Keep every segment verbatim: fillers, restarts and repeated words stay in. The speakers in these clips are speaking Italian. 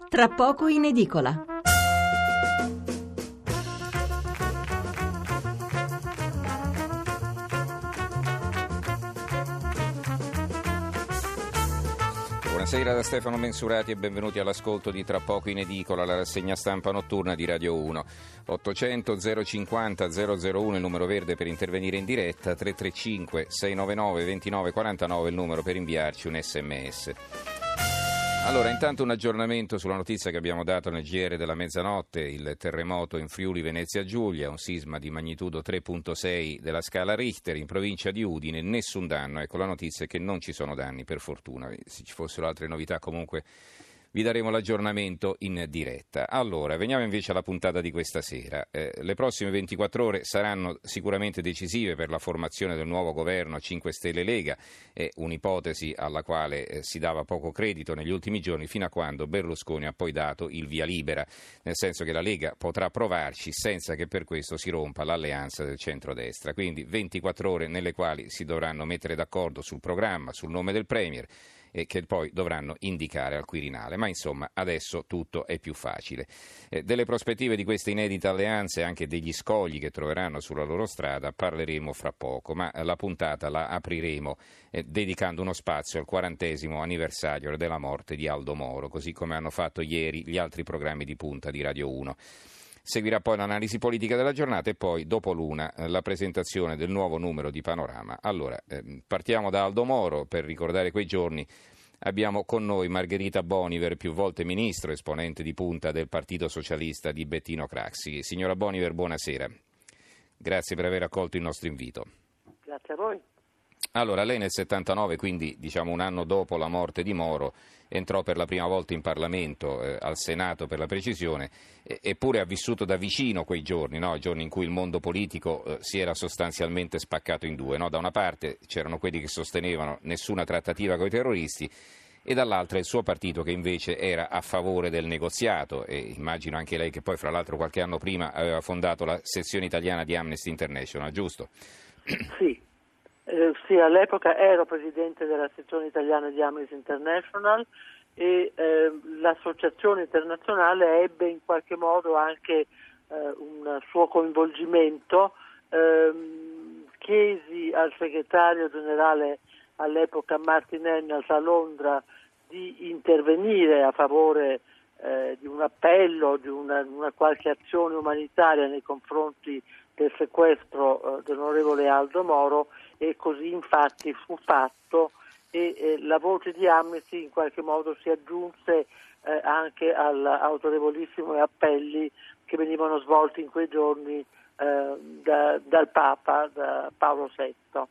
Tra poco in edicola. Buonasera da Stefano Mensurati e benvenuti all'ascolto di Tra poco in edicola, la rassegna stampa notturna di Radio uno. ottocento zero cinquanta zero zero uno il numero verde per intervenire in diretta, tre tre cinque sei nove nove due nove quattro nove il numero per inviarci un sms. Allora, intanto un aggiornamento sulla notizia che abbiamo dato nel G R della mezzanotte, il terremoto in Friuli Venezia Giulia, un sisma di magnitudo tre virgola sei della scala Richter in provincia di Udine, nessun danno. Ecco, la notizia è che non ci sono danni, per fortuna. Se ci fossero altre novità comunque vi daremo l'aggiornamento in diretta. Allora, veniamo invece alla puntata di questa sera. Eh, le prossime ventiquattro ore saranno sicuramente decisive per la formazione del nuovo governo cinque Stelle Lega, è un'ipotesi alla quale eh, si dava poco credito negli ultimi giorni, fino a quando Berlusconi ha poi dato il via libera, nel senso che la Lega potrà provarci senza che per questo si rompa l'alleanza del centrodestra. Quindi ventiquattro ore nelle quali si dovranno mettere d'accordo sul programma, sul nome del Premier, e che poi dovranno indicare al Quirinale. Ma insomma adesso tutto è più facile. Eh, delle prospettive di queste inedite alleanze e anche degli scogli che troveranno sulla loro strada parleremo fra poco, ma la puntata la apriremo eh, dedicando uno spazio al quarantesimo anniversario della morte di Aldo Moro, così come hanno fatto ieri gli altri programmi di punta di Radio uno. Seguirà poi l'analisi politica della giornata e poi, dopo l'una, la presentazione del nuovo numero di Panorama. Allora, eh, partiamo da Aldo Moro. Per ricordare quei giorni abbiamo con noi Margherita Boniver, più volte ministro, esponente di punta del Partito Socialista di Bettino Craxi. Signora Boniver, buonasera. Grazie per aver accolto il nostro invito. Grazie a voi. Allora, lei nel settantanove, quindi diciamo un anno dopo la morte di Moro, entrò per la prima volta in Parlamento, eh, al Senato per la precisione, e, eppure ha vissuto da vicino quei giorni, no? I giorni in cui il mondo politico eh, si era sostanzialmente spaccato in due, no? Da una parte c'erano quelli che sostenevano nessuna trattativa con i terroristi e dall'altra il suo partito che invece era a favore del negoziato, e immagino anche lei che poi fra l'altro qualche anno prima aveva fondato la sezione italiana di Amnesty International, giusto? Sì. Eh, sì, all'epoca ero presidente della sezione italiana di Amnesty International e eh, l'associazione internazionale ebbe in qualche modo anche eh, un suo coinvolgimento. Eh, chiesi al segretario generale all'epoca Martin Ennals a Londra di intervenire a favore eh, di un appello, di una, una qualche azione umanitaria nei confronti del sequestro eh, dell'onorevole Aldo Moro, e così infatti fu fatto e eh, la voce di Amnesty in qualche modo si aggiunse eh, anche all'autorevolissimi appelli che venivano svolti in quei giorni eh, da, dal Papa, da Paolo sesto.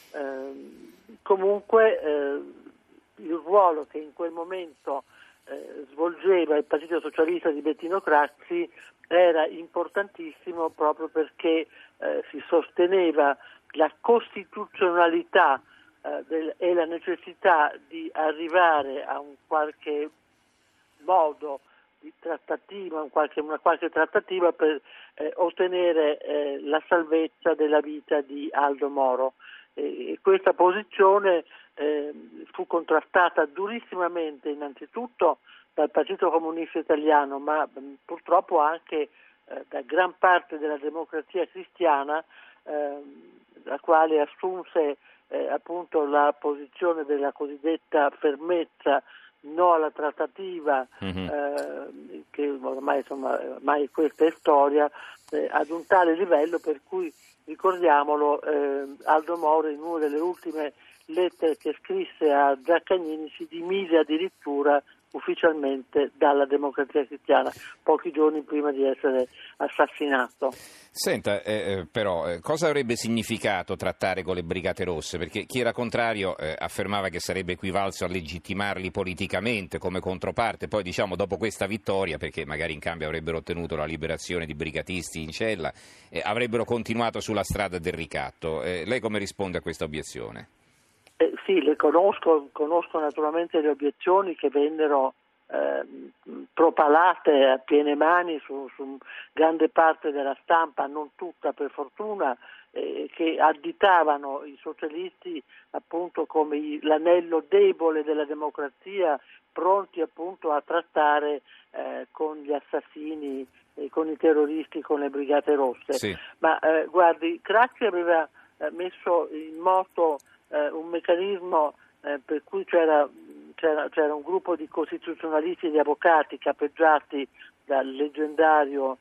Eh, comunque eh, il ruolo che in quel momento eh, svolgeva il Partito Socialista di Bettino Craxi era importantissimo proprio perché eh, si sosteneva la costituzionalità eh, del, e la necessità di arrivare a un qualche modo di trattativa, un qualche, una qualche trattativa per eh, ottenere eh, la salvezza della vita di Aldo Moro. E, e questa posizione eh, fu contrastata durissimamente innanzitutto dal Partito Comunista Italiano, ma mh, purtroppo anche eh, da gran parte della Democrazia Cristiana, eh, la quale assunse eh, appunto la posizione della cosiddetta fermezza, no alla trattativa, mm-hmm. eh, che ormai insomma ormai questa è storia, eh, ad un tale livello per cui, ricordiamolo, eh, Aldo Moro in una delle ultime lettere che scrisse a Zaccagnini si dimise addirittura ufficialmente dalla Democrazia Cristiana pochi giorni prima di essere assassinato. Senta, eh, però, eh, cosa avrebbe significato trattare con le Brigate Rosse? Perché chi era contrario eh, affermava che sarebbe equivalso a legittimarli politicamente come controparte. Poi, diciamo, dopo questa vittoria, perché magari in cambio avrebbero ottenuto la liberazione di brigatisti in cella, eh, avrebbero continuato sulla strada del ricatto. Eh, lei come risponde a questa obiezione? Eh, sì, le conosco, conosco naturalmente le obiezioni che vennero eh, propalate a piene mani su, su grande parte della stampa, non tutta per fortuna, eh, che additavano i socialisti appunto come i, l'anello debole della democrazia, pronti appunto a trattare eh, con gli assassini, eh, con i terroristi, con le brigate rosse. Sì. Ma eh, guardi, Craxi aveva eh, messo in moto eh, un meccanismo eh, per cui c'era, c'era, c'era un gruppo di costituzionalisti e di avvocati capeggiati dal leggendario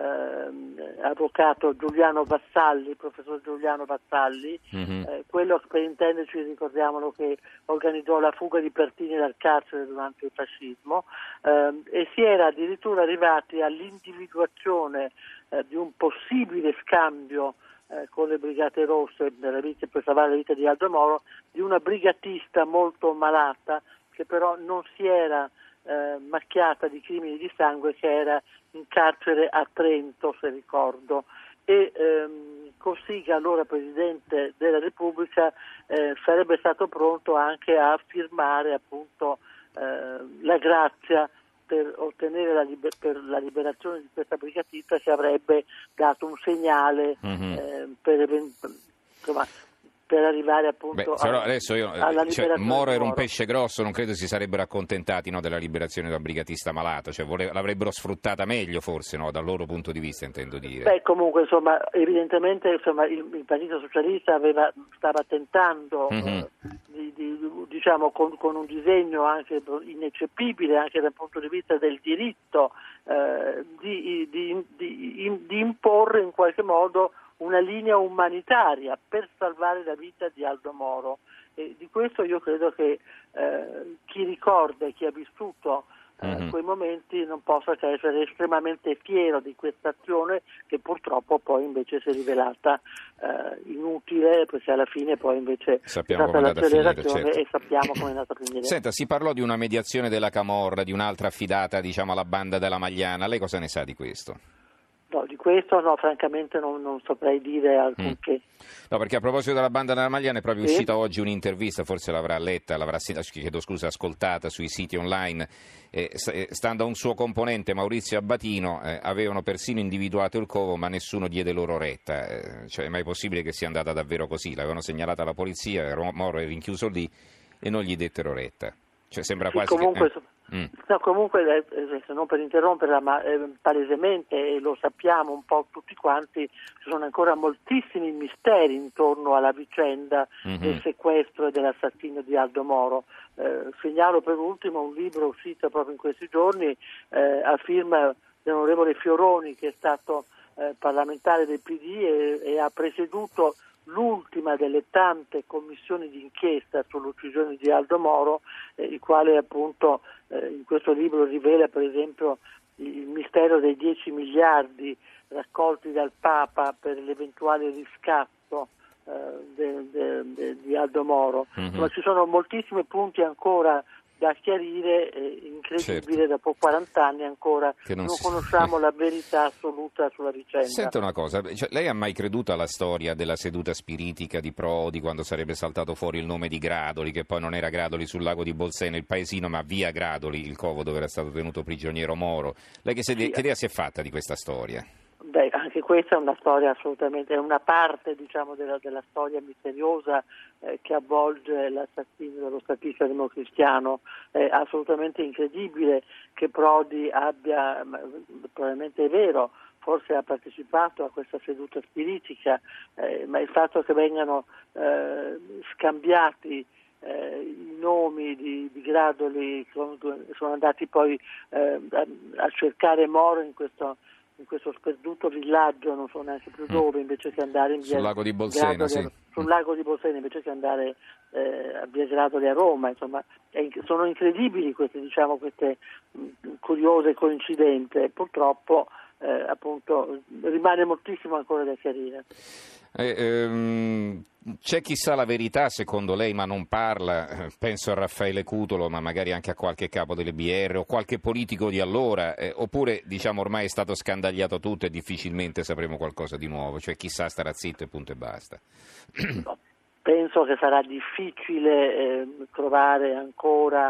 eh, avvocato Giuliano Vassalli, professor Giuliano Vassalli, mm-hmm. eh, quello per intenderci ricordiamolo che organizzò la fuga di Pertini dal carcere durante il fascismo, eh, e si era addirittura arrivati all'individuazione eh, di un possibile scambio eh, con le brigate rosse nella vita, per salvare la vita di Aldo Moro, di una brigatista molto malata che però non si era Eh, macchiata di crimini di sangue, che era in carcere a Trento, se ricordo, e ehm, Cossiga, allora Presidente della Repubblica, eh, sarebbe stato pronto anche a firmare appunto eh, la grazia per ottenere la, liber- per la liberazione di questa brigatista, che avrebbe dato un segnale mm-hmm. eh, per event- insomma, per arrivare appunto Beh, a, adesso io, alla cioè, liberazione Moro era Moro. un pesce grosso, non credo si sarebbero accontentati, no, della liberazione da un brigatista malato, cioè vole- l'avrebbero sfruttata meglio forse, no, dal loro punto di vista, intendo dire. Beh, comunque insomma evidentemente insomma, il, il Partito Socialista aveva, stava tentando mm-hmm. eh, di, di, diciamo con, con un disegno anche ineccepibile anche dal punto di vista del diritto eh, di, di, di, di imporre in qualche modo una linea umanitaria per salvare la vita di Aldo Moro, e di questo io credo che eh, chi ricorda e chi ha vissuto eh, mm-hmm. quei momenti non possa che essere estremamente fiero di questa azione, che purtroppo poi invece si è rivelata eh, inutile, perché alla fine poi invece sappiamo è stata l'accelerazione, certo. e sappiamo come è andata a finire. Senta, si parlò di una mediazione della Camorra, di un'altra affidata diciamo alla banda della Magliana, lei cosa ne sa di questo? No, di questo no, francamente non, non saprei dire alcunché. Mm. No, perché a proposito della banda della Magliana è proprio sì. uscita oggi un'intervista, forse l'avrà letta, l'avrà chiedo scusa, ascoltata sui siti online, eh, stando a un suo componente, Maurizio Abbatino, eh, avevano persino individuato il covo ma nessuno diede loro retta, eh, cioè è mai possibile che sia andata davvero così? L'avevano segnalata alla polizia, Moro è rinchiuso lì e non gli dettero retta. Cioè sembra sì, quasi comunque, che... Eh. Mm. No, comunque, eh, non per interromperla, ma eh, palesemente, e lo sappiamo un po' tutti quanti, ci sono ancora moltissimi misteri intorno alla vicenda mm-hmm. del sequestro e dell'assassinio di Aldo Moro. Eh, segnalo per ultimo un libro uscito proprio in questi giorni eh, a firma dell'onorevole Fioroni, che è stato eh, parlamentare del P D e, e ha presieduto l'ultima delle tante commissioni di inchiesta sull'uccisione di Aldo Moro, eh, il quale appunto eh, in questo libro rivela per esempio il mistero dei dieci miliardi raccolti dal Papa per l'eventuale riscatto eh, de, de, de, di Aldo Moro. Mm-hmm. Ma ci sono moltissimi punti ancora da chiarire, eh, incredibile, certo. Dopo quaranta anni ancora che non, non si... conosciamo la verità assoluta sulla vicenda. Senta una cosa, cioè, lei ha mai creduto alla storia della seduta spiritica di Prodi quando sarebbe saltato fuori il nome di Gradoli, che poi non era Gradoli sul lago di Bolsena, il paesino, ma via Gradoli, il covo dove era stato tenuto prigioniero Moro? Lei che, se... sì. che idea si è fatta di questa storia? Beh, anche questa è una storia assolutamente, è una parte diciamo della, della storia misteriosa eh, che avvolge l'assassinio dello statista democristiano. È assolutamente incredibile che Prodi abbia, probabilmente è vero, forse ha partecipato a questa seduta spiritica, eh, ma il fatto che vengano eh, scambiati Eh, i nomi di, di Gradoli, sono, sono andati poi eh, a, a cercare Moro in questo in questo sperduto villaggio, non so neanche più dove, invece che andare in via sul lago di Bolsena, Gradoli, sì. sul lago di Bolsena invece che andare eh, a via Gradoli a Roma, insomma è, sono incredibili queste diciamo queste mh, curiose coincidenze. Purtroppo eh, appunto rimane moltissimo ancora da chiarire. Eh, ehm, c'è chi sa la verità secondo lei ma non parla, penso a Raffaele Cutolo ma magari anche a qualche capo delle B R o qualche politico di allora, eh, oppure diciamo ormai è stato scandagliato tutto e difficilmente sapremo qualcosa di nuovo, cioè chissà starà zitto e punto e basta. No, penso che sarà difficile eh, trovare ancora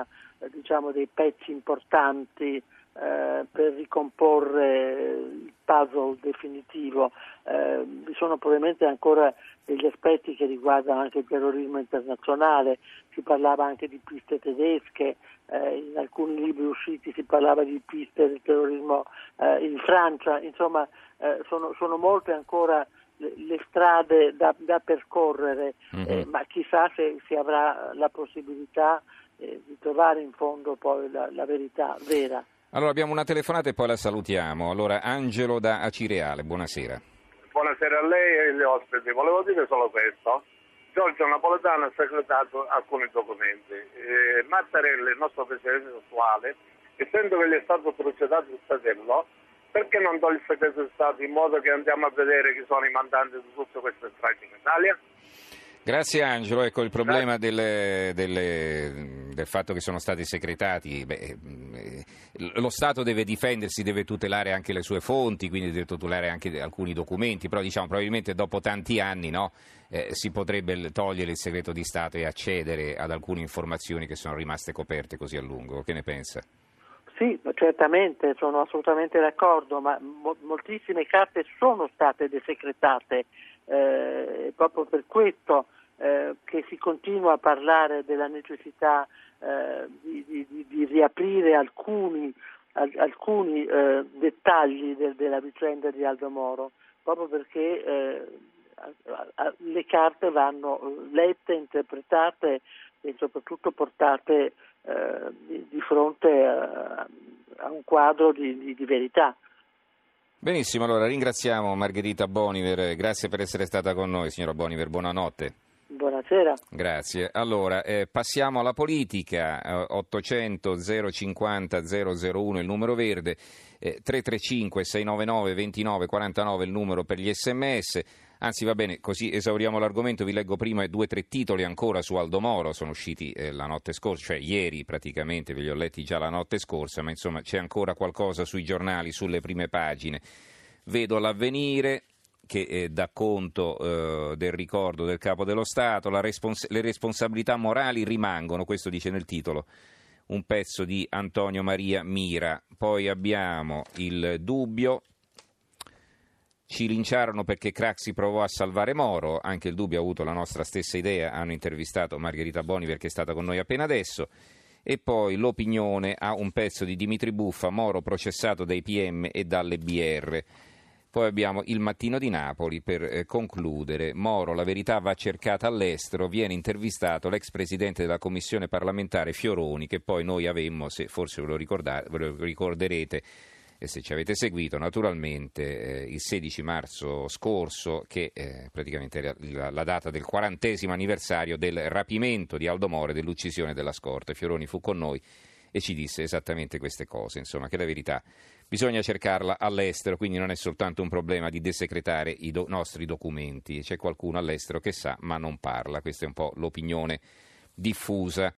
eh, diciamo dei pezzi importanti eh, per ricomporre il puzzle definitivo. Eh, vi sono probabilmente ancora degli aspetti che riguardano anche il terrorismo internazionale, si parlava anche di piste tedesche, eh, in alcuni libri usciti si parlava di piste del terrorismo eh, in Francia, insomma eh, sono, sono molte ancora le, le strade da, da percorrere, mm-hmm. eh, ma chissà se si avrà la possibilità eh, di trovare in fondo poi la, la verità vera. Allora abbiamo una telefonata e poi la salutiamo. Allora Angelo da Acireale, buonasera. Buonasera a lei e agli ospiti. Volevo dire solo questo. Giorgio Napolitano ha segretato alcuni documenti. Eh, Mattarella, il nostro presidente attuale, essendo che gli è stato procedato il fratello, perché non toglie il segreto di Stato in modo che andiamo a vedere chi sono i mandanti di tutte queste stragi in Italia? Grazie Angelo, ecco il problema delle, delle, del fatto che sono stati secretati, beh, lo Stato deve difendersi, deve tutelare anche le sue fonti, quindi deve tutelare anche alcuni documenti, però diciamo probabilmente dopo tanti anni no, eh, si potrebbe togliere il segreto di Stato e accedere ad alcune informazioni che sono rimaste coperte così a lungo, che ne pensa? Sì, certamente, sono assolutamente d'accordo, ma mo- moltissime carte sono state desecretate. Eh, proprio per questo eh, che si continua a parlare della necessità eh, di, di, di riaprire alcuni, al, alcuni eh, dettagli del, della vicenda di Aldo Moro, proprio perché eh, a, a, le carte vanno lette, interpretate e soprattutto portate eh, di, di fronte a, a un quadro di, di, di verità. Benissimo, allora ringraziamo Margherita Boniver, grazie per essere stata con noi, signora Boniver, buonanotte. Buonasera. Grazie. Allora, eh, passiamo alla politica, eh, ottocento zero cinquanta zero zero uno il numero verde, eh, tre tre cinque sei nove nove due nove quattro nove il numero per gli sms. Anzi va bene, così esauriamo l'argomento, vi leggo prima due o tre titoli ancora su Aldo Moro, sono usciti eh, la notte scorsa, cioè ieri praticamente, ve li ho letti già la notte scorsa, ma insomma c'è ancora qualcosa sui giornali, sulle prime pagine. Vedo l'Avvenire che eh, dà conto eh, del ricordo del Capo dello Stato, la respons- le responsabilità morali rimangono, questo dice nel titolo, un pezzo di Antonio Maria Mira. Poi abbiamo il Dubbio. Ci linciarono perché Craxi provò a salvare Moro, anche il Dubbio ha avuto la nostra stessa idea, hanno intervistato Margherita Boniver che è stata con noi appena adesso, e poi l'Opinione ha un pezzo di Dimitri Buffa, Moro processato dai P M e dalle B R. Poi abbiamo Il Mattino di Napoli per eh, concludere, Moro, la verità va cercata all'estero, viene intervistato l'ex presidente della commissione parlamentare Fioroni, che poi noi avemmo, se forse ve lo, ricorda- ve lo ricorderete, e se ci avete seguito naturalmente eh, il sedici marzo scorso, che eh, praticamente era la, la data del quarantesimo anniversario del rapimento di Aldo Moro e dell'uccisione della scorta. Fioroni fu con noi e ci disse esattamente queste cose, insomma, che la verità bisogna cercarla all'estero, quindi non è soltanto un problema di desecretare i do- nostri documenti, c'è qualcuno all'estero che sa ma non parla, questa è un po' l'opinione diffusa.